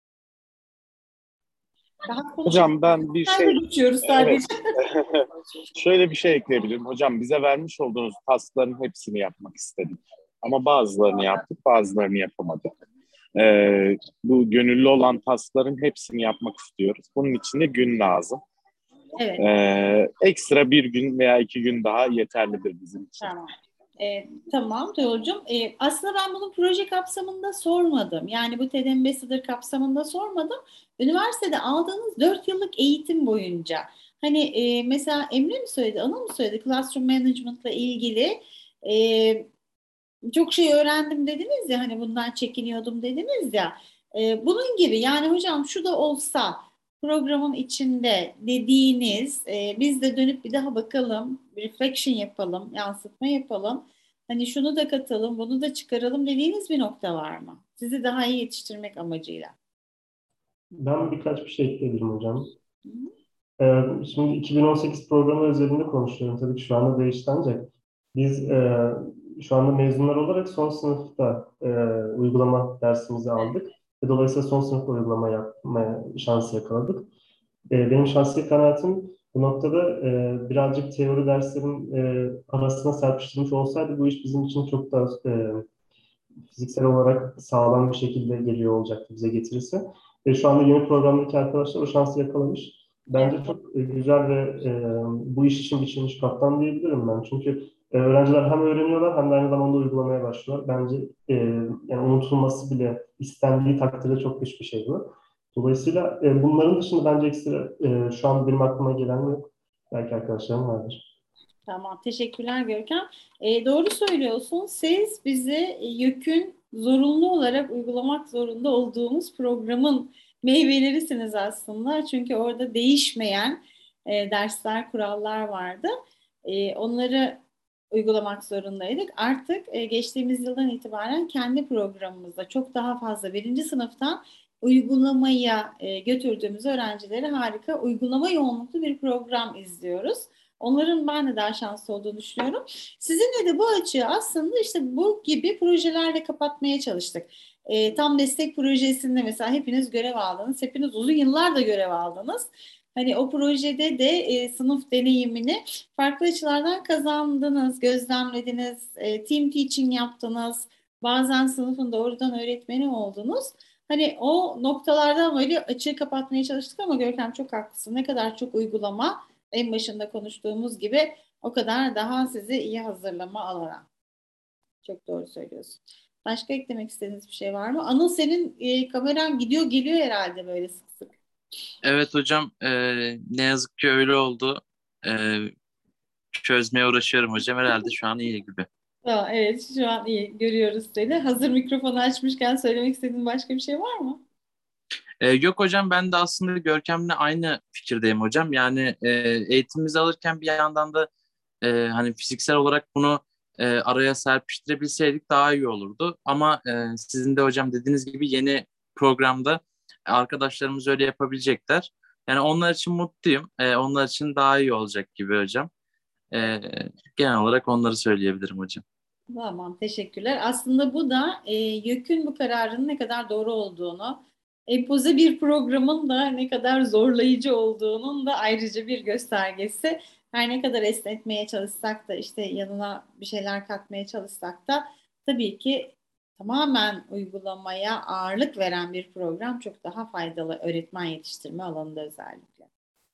S1: Daha
S4: Hocam ben bir şey
S1: geçiyoruz sadece.
S4: evet. Şöyle bir şey ekleyebilirim. Hocam bize vermiş olduğunuz taskların hepsini yapmak istedik. Ama bazılarını yaptık, bazılarını yapamadık. Ee, bu gönüllü olan taskların hepsini yapmak istiyoruz. Bunun için de gün lazım.
S1: Evet.
S4: Ee, ekstra bir gün veya iki gün daha yeterlidir bizim için.
S1: Tamam. E, tamam Teocuğum. E, aslında ben bunu proje kapsamında sormadım. Yani bu TED Ambassador kapsamında sormadım. Üniversitede aldığınız dört yıllık eğitim boyunca. Hani e, mesela Emre mi söyledi, Anıl mı söyledi? Classroom Management'la ilgili e, çok şey öğrendim dediniz ya, hani bundan çekiniyordum dediniz ya. E, bunun gibi yani hocam şu da olsa programın içinde dediğiniz, e, biz de dönüp bir daha bakalım, reflection yapalım, yansıtma yapalım. Hani şunu da katalım, bunu da çıkaralım dediğiniz bir nokta var mı? Sizi daha iyi yetiştirmek amacıyla.
S6: Ben birkaç bir şey ekleyebilirim hocam. Ee, şimdi iki bin on sekiz programı özelinde konuşuyorum. Tabii ki şu anda değişti ancak biz e, şu anda mezunlar olarak son sınıfta e, uygulama dersimizi aldık. Ve dolayısıyla son sınıfta uygulama yapmaya şansı yakaladık. E, benim şahsi kanaatim bu noktada e, birazcık teori derslerin e, arasına serpiştirilmiş olsaydı bu iş bizim için çok daha e, fiziksel olarak sağlam bir şekilde geliyor olacaktı bize getirirse. Ve şu anda yeni programdaki arkadaşlar o şansı yakalamış. Bence çok e, güzel ve e, bu iş için biçilmiş kaptan diyebilirim ben. Çünkü e, öğrenciler hem öğreniyorlar hem de aynı zamanda uygulamaya başlıyorlar. Bence e, yani unutulması bile istendiği takdirde çok güç bir şey bu. Dolayısıyla e, bunların dışında bence ekstra e, şu an benim aklıma gelen yok. Belki arkadaşlarım vardır.
S1: Tamam, teşekkürler Görkem. E, doğru söylüyorsun. Siz bizi YÖK'ün zorunlu olarak uygulamak zorunda olduğumuz programın meyvelerisiniz aslında. Çünkü orada değişmeyen e, dersler, kurallar vardı. E, onları uygulamak zorundaydık. Artık e, geçtiğimiz yıldan itibaren kendi programımızda çok daha fazla birinci sınıftan uygulamaya e, götürdüğümüz öğrencilere harika uygulama yoğunluklu bir program izliyoruz. Onların ben de daha şanslı olduğunu düşünüyorum. Sizinle de bu açığı aslında işte bu gibi projelerle kapatmaya çalıştık. E, tam destek projesinde mesela hepiniz görev aldınız. Hepiniz uzun yıllar da görev aldınız. Hani o projede de e, sınıf deneyimini farklı açılardan kazandınız, gözlemlediniz, e, team teaching yaptınız. Bazen sınıfın doğrudan öğretmeni oldunuz. Hani o noktalardan böyle açığı kapatmaya çalıştık ama Görkem çok haklısın. Ne kadar çok uygulama, en başında konuştuğumuz gibi o kadar daha sizi iyi hazırlama alana. Çok doğru söylüyorsun. Başka eklemek istediğiniz bir şey var mı? Anıl senin e, kameran gidiyor geliyor herhalde böyle sık sık.
S3: Evet hocam, e, ne yazık ki öyle oldu. E, çözmeye uğraşıyorum hocam, herhalde şu an iyi gibi.
S1: Aa, evet şu an iyi görüyoruz seni. Hazır mikrofonu açmışken söylemek istediğin başka bir şey var mı?
S3: E, yok hocam, ben de aslında Görkem'le aynı fikirdeyim hocam. Yani e, eğitimimizi alırken bir yandan da e, hani fiziksel olarak bunu e, araya serpiştirebilseydik daha iyi olurdu. Ama e, sizin de hocam dediğiniz gibi yeni programda arkadaşlarımız öyle yapabilecekler. Yani onlar için mutluyum. E, onlar için daha iyi olacak gibi hocam. E, genel olarak onları söyleyebilirim hocam.
S1: Tamam, teşekkürler. Aslında bu da e, YÖK'ün bu kararının ne kadar doğru olduğunu, empoze bir programın da ne kadar zorlayıcı olduğunun da ayrıca bir göstergesi. Her ne kadar esnetmeye çalışsak da işte yanına bir şeyler katmaya çalışsak da tabii ki tamamen uygulamaya ağırlık veren bir program çok daha faydalı öğretmen yetiştirme alanında özellikle.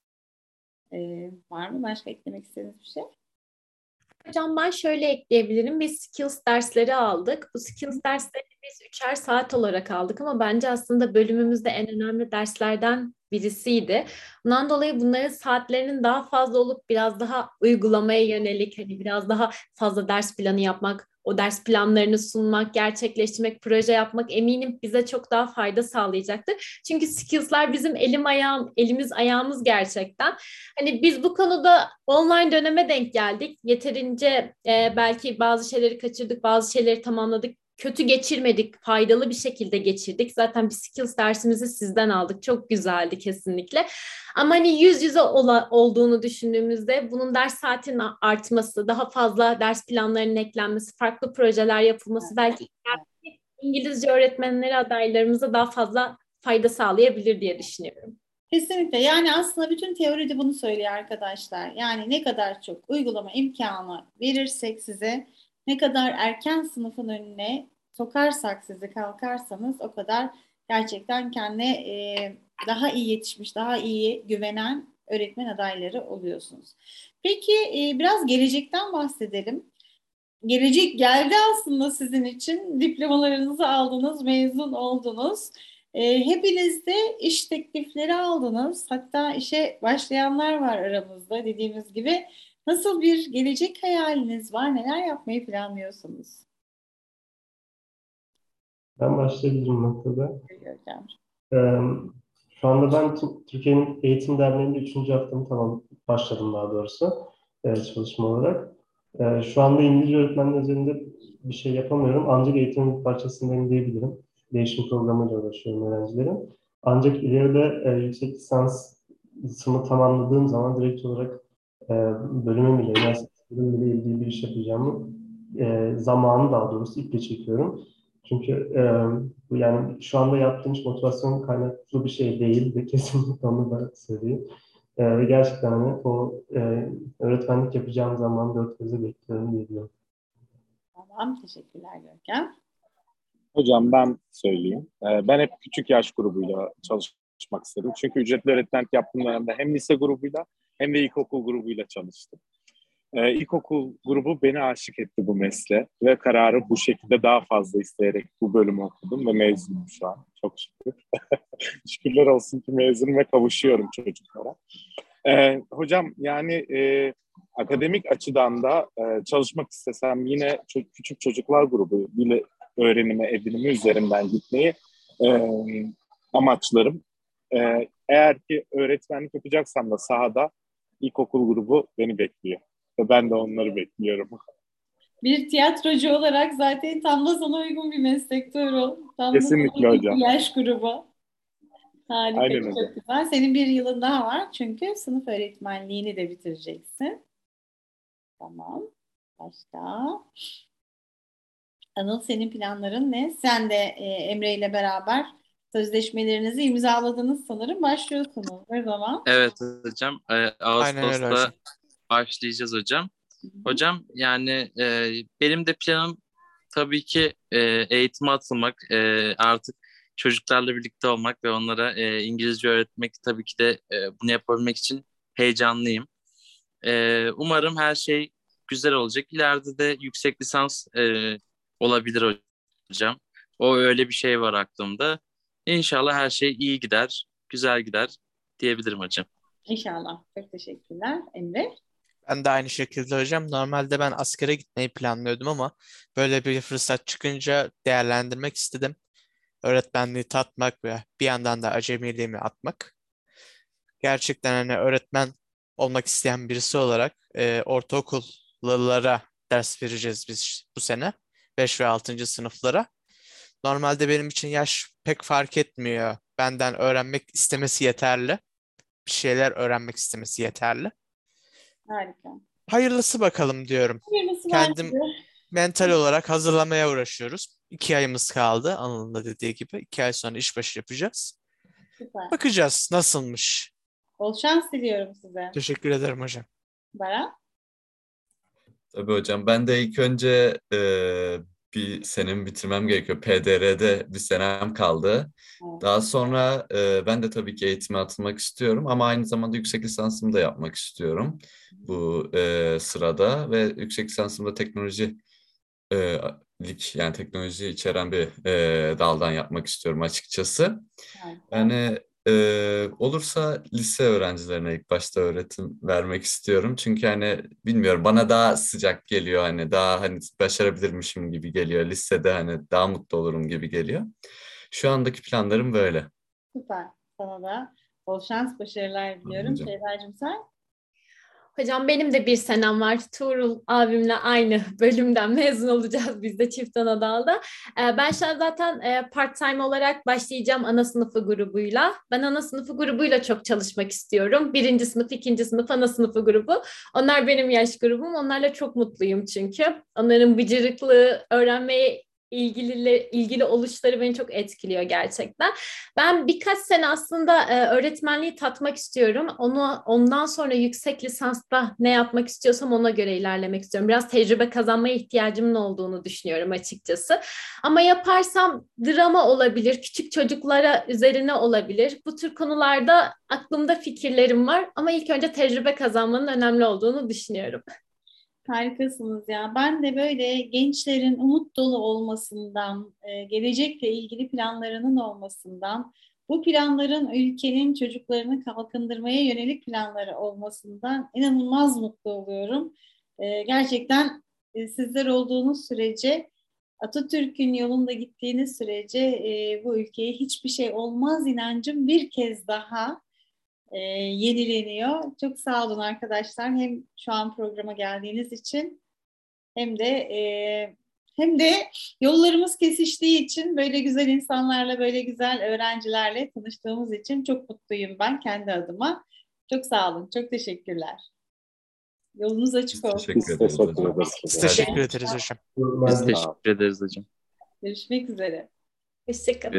S1: E, var mı başka eklemek istediğiniz bir şey?
S2: Hocam ben şöyle ekleyebilirim. Biz skills dersleri aldık. Bu skills derslerini biz üçer saat olarak aldık ama bence aslında bölümümüzde en önemli derslerden birisiydi. Bundan dolayı bunların saatlerinin daha fazla olup biraz daha uygulamaya yönelik, hani biraz daha fazla ders planı yapmak, o ders planlarını sunmak, gerçekleştirmek, proje yapmak eminim bize çok daha fayda sağlayacaktır. Çünkü skills'lar bizim elim ayağım, elimiz ayağımız gerçekten. Hani biz bu konuda online döneme denk geldik. Yeterince e, belki bazı şeyleri kaçırdık, bazı şeyleri tamamladık. Kötü geçirmedik, faydalı bir şekilde geçirdik. Zaten bir skills dersimizi sizden aldık. Çok güzeldi kesinlikle. Ama hani yüz yüze ola, olduğunu düşündüğümüzde bunun ders saatinin artması, daha fazla ders planlarının eklenmesi, farklı projeler yapılması belki İngilizce öğretmenleri adaylarımıza daha fazla fayda sağlayabilir diye düşünüyorum.
S1: Kesinlikle. Yani aslında bütün teoride bunu söylüyor arkadaşlar. Yani ne kadar çok uygulama imkanı verirsek size, ne kadar erken sınıfın önüne sokarsak sizi, kalkarsanız o kadar gerçekten kendine e, daha iyi yetişmiş, daha iyi güvenen öğretmen adayları oluyorsunuz. Peki e, biraz gelecekten bahsedelim. Gelecek geldi aslında sizin için. Diplomalarınızı aldınız, mezun oldunuz. E, hepiniz de iş teklifleri aldınız. Hatta işe başlayanlar var aramızda dediğimiz gibi. Nasıl bir gelecek hayaliniz var? Neler yapmayı planlıyorsunuz?
S6: Ben başlayabilirim noktada.
S1: Görkem.
S6: Ee, Şu anda ben T- Türkiye'nin Eğitim Derneği'nde üçüncü haftamı tamam başladım daha doğrusu e, çalışma olarak. E, şu anda İngilizce öğretmenliği üzerinde bir şey yapamıyorum. Ancak eğitimin bir parçasındayım diyebilirim. Değişim programıyla uğraşıyorum öğrencilerin. Ancak ileride e, yüksek lisansımı tamamladığım zaman direkt olarak e, bölümüm ile, üniversite bölümüyle ilgili bir iş yapacağımı e, zamanı daha doğrusu iple çekiyorum. Çünkü e, bu yani şu anda yaptığım iş motivasyon kaynaklı bir şey değil ve kesinlikle onu da söyleyeyim. E, ve gerçekten hani o e, öğretmenlik yapacağım zaman dört gözle bekliyorum diyebilirim.
S1: Tamam, teşekkürler Görkem.
S4: Hocam ben söyleyeyim. Ee, Ben hep küçük yaş grubuyla çalışmak istedim. Çünkü ücretli öğretmenlik yaptığım dönemde hem lise grubuyla hem de ilkokul grubuyla çalıştım. Ee, ilkokul grubu beni aşık etti bu mesleğe ve kararı bu şekilde daha fazla isteyerek bu bölümü okudum ve mezunum şu an. Çok şükür. Şükürler olsun ki mezunum ve kavuşuyorum çocuklara. Ee, hocam yani e, akademik açıdan da e, çalışmak istesem yine ço- küçük çocuklar grubu bile öğrenimi, edinimi üzerinden gitmeyi e, amaçlarım. E, eğer ki öğretmenlik yapacaksam da sahada ilkokul grubu beni bekliyor. Ve ben de onları bekliyorum.
S1: Bir tiyatrocu olarak zaten tam da sana uygun bir meslek Tuğrul. Tam da sana
S4: Kesinlikle
S1: uygun bir
S4: hocam.
S1: yaş grubu. Harika,
S4: Aynen hocam.
S1: çok güzel. Senin bir yılın daha var çünkü sınıf öğretmenliğini de bitireceksin. Tamam. Başka? Anıl, senin planların ne? Sen de e, Emre ile beraber sözleşmelerinizi imzaladınız sanırım. Başlıyorsunuz. Ne zaman?
S3: Evet hocam. Ee,
S7: Aynen öyle
S3: Ağustos'ta
S7: hocam.
S3: başlayacağız hocam.
S1: Hı hı.
S3: Hocam yani e, benim de planım tabii ki e, eğitime atılmak, e, artık çocuklarla birlikte olmak ve onlara e, İngilizce öğretmek tabii ki de e, bunu yapabilmek için heyecanlıyım. E, umarım her şey güzel olacak. İleride de yüksek lisans e, olabilir hocam. O öyle bir şey var aklımda. İnşallah her şey iyi gider, güzel gider diyebilirim hocam.
S1: İnşallah. Çok teşekkürler. Emre?
S7: Ben de aynı şekilde hocam. Normalde ben askere gitmeyi planlıyordum ama böyle bir fırsat çıkınca değerlendirmek istedim. Öğretmenliği tatmak ve bir yandan da acemiliğimi atmak. Gerçekten hani öğretmen olmak isteyen birisi olarak e, ortaokullulara ders vereceğiz biz bu sene. beş ve altıncı sınıflara. Normalde benim için yaş pek fark etmiyor. Benden öğrenmek istemesi yeterli. Bir şeyler öğrenmek istemesi yeterli.
S1: Harika.
S7: Hayırlısı bakalım diyorum.
S1: Hayırlısı
S7: Kendim
S1: bence.
S7: mental olarak hazırlamaya uğraşıyoruz. İki ayımız kaldı. Anıl'ın da dediği gibi. İki ay sonra işbaşı yapacağız.
S1: Süper.
S7: Bakacağız nasılmış.
S1: Bol şans diliyorum size.
S7: Teşekkür ederim hocam.
S1: Baran?
S5: Tabii hocam. Ben de ilk önce e, bir senemi bitirmem gerekiyor. P D R'de bir senem kaldı.
S1: Evet.
S5: Daha sonra e, ben de tabii ki eğitime atılmak istiyorum ama aynı zamanda yüksek lisansımı da yapmak istiyorum bu e, sırada ve yüksek lisansımda teknoloji e, lik yani teknoloji içeren bir e, daldan yapmak istiyorum açıkçası.
S1: Harika.
S5: Yani e, olursa lise öğrencilerine ilk başta öğretim vermek istiyorum. Çünkü hani bilmiyorum bana daha sıcak geliyor hani daha hani başarabilirmişim gibi geliyor. Lisede hani daha mutlu olurum gibi geliyor. Şu andaki planlarım böyle.
S1: Süper. Sana da bol şans, başarılar diliyorum.
S5: Hocam.
S1: Şeydacığım sen?
S2: Hocam benim de bir senem var. Tuğrul abimle aynı bölümden mezun olacağız biz de Çift Anadolu'da. Ee, ben şu an zaten e, part-time olarak başlayacağım ana sınıfı grubuyla. Ben ana sınıfı grubuyla çok çalışmak istiyorum. Birinci sınıf, ikinci sınıf ana sınıfı grubu. Onlar benim yaş grubum. Onlarla çok mutluyum çünkü. Onların bıcırıklığı, öğrenmeye ilgili ilgili oluşları beni çok etkiliyor gerçekten. Ben birkaç sene aslında e, öğretmenliği tatmak istiyorum. Onu ondan sonra yüksek lisansta ne yapmak istiyorsam ona göre ilerlemek istiyorum. Biraz tecrübe kazanmaya ihtiyacımın olduğunu düşünüyorum açıkçası. Ama yaparsam drama olabilir, küçük çocuklara üzerine olabilir. Bu tür konularda aklımda fikirlerim var ama ilk önce tecrübe kazanmanın önemli olduğunu düşünüyorum.
S1: Harikasınız ya. Ben de böyle gençlerin umut dolu olmasından, e, gelecekle ilgili planlarının olmasından, bu planların ülkenin çocuklarını kalkındırmaya yönelik planları olmasından inanılmaz mutlu oluyorum. E, gerçekten e, sizler olduğunuz sürece, Atatürk'ün yolunda gittiğiniz sürece e, bu ülkeye hiçbir şey olmaz inancım bir kez daha e, yenileniyor. Çok sağ olun arkadaşlar. Hem şu an programa geldiğiniz için hem de e, hem de yollarımız kesiştiği için böyle güzel insanlarla, böyle güzel öğrencilerle tanıştığımız için çok mutluyum ben kendi adıma. Çok sağ olun. Çok teşekkürler. Yolunuz açık
S5: Biz
S1: olsun.
S5: teşekkür
S4: Biz
S5: ederiz
S4: teşekkür
S5: hocam.
S4: ederiz.
S7: Biz teşekkür ederiz hocam.
S3: Biz
S6: Ben
S3: teşekkür ederiz hocam.
S1: Görüşmek üzere.
S2: Hoşçakalın.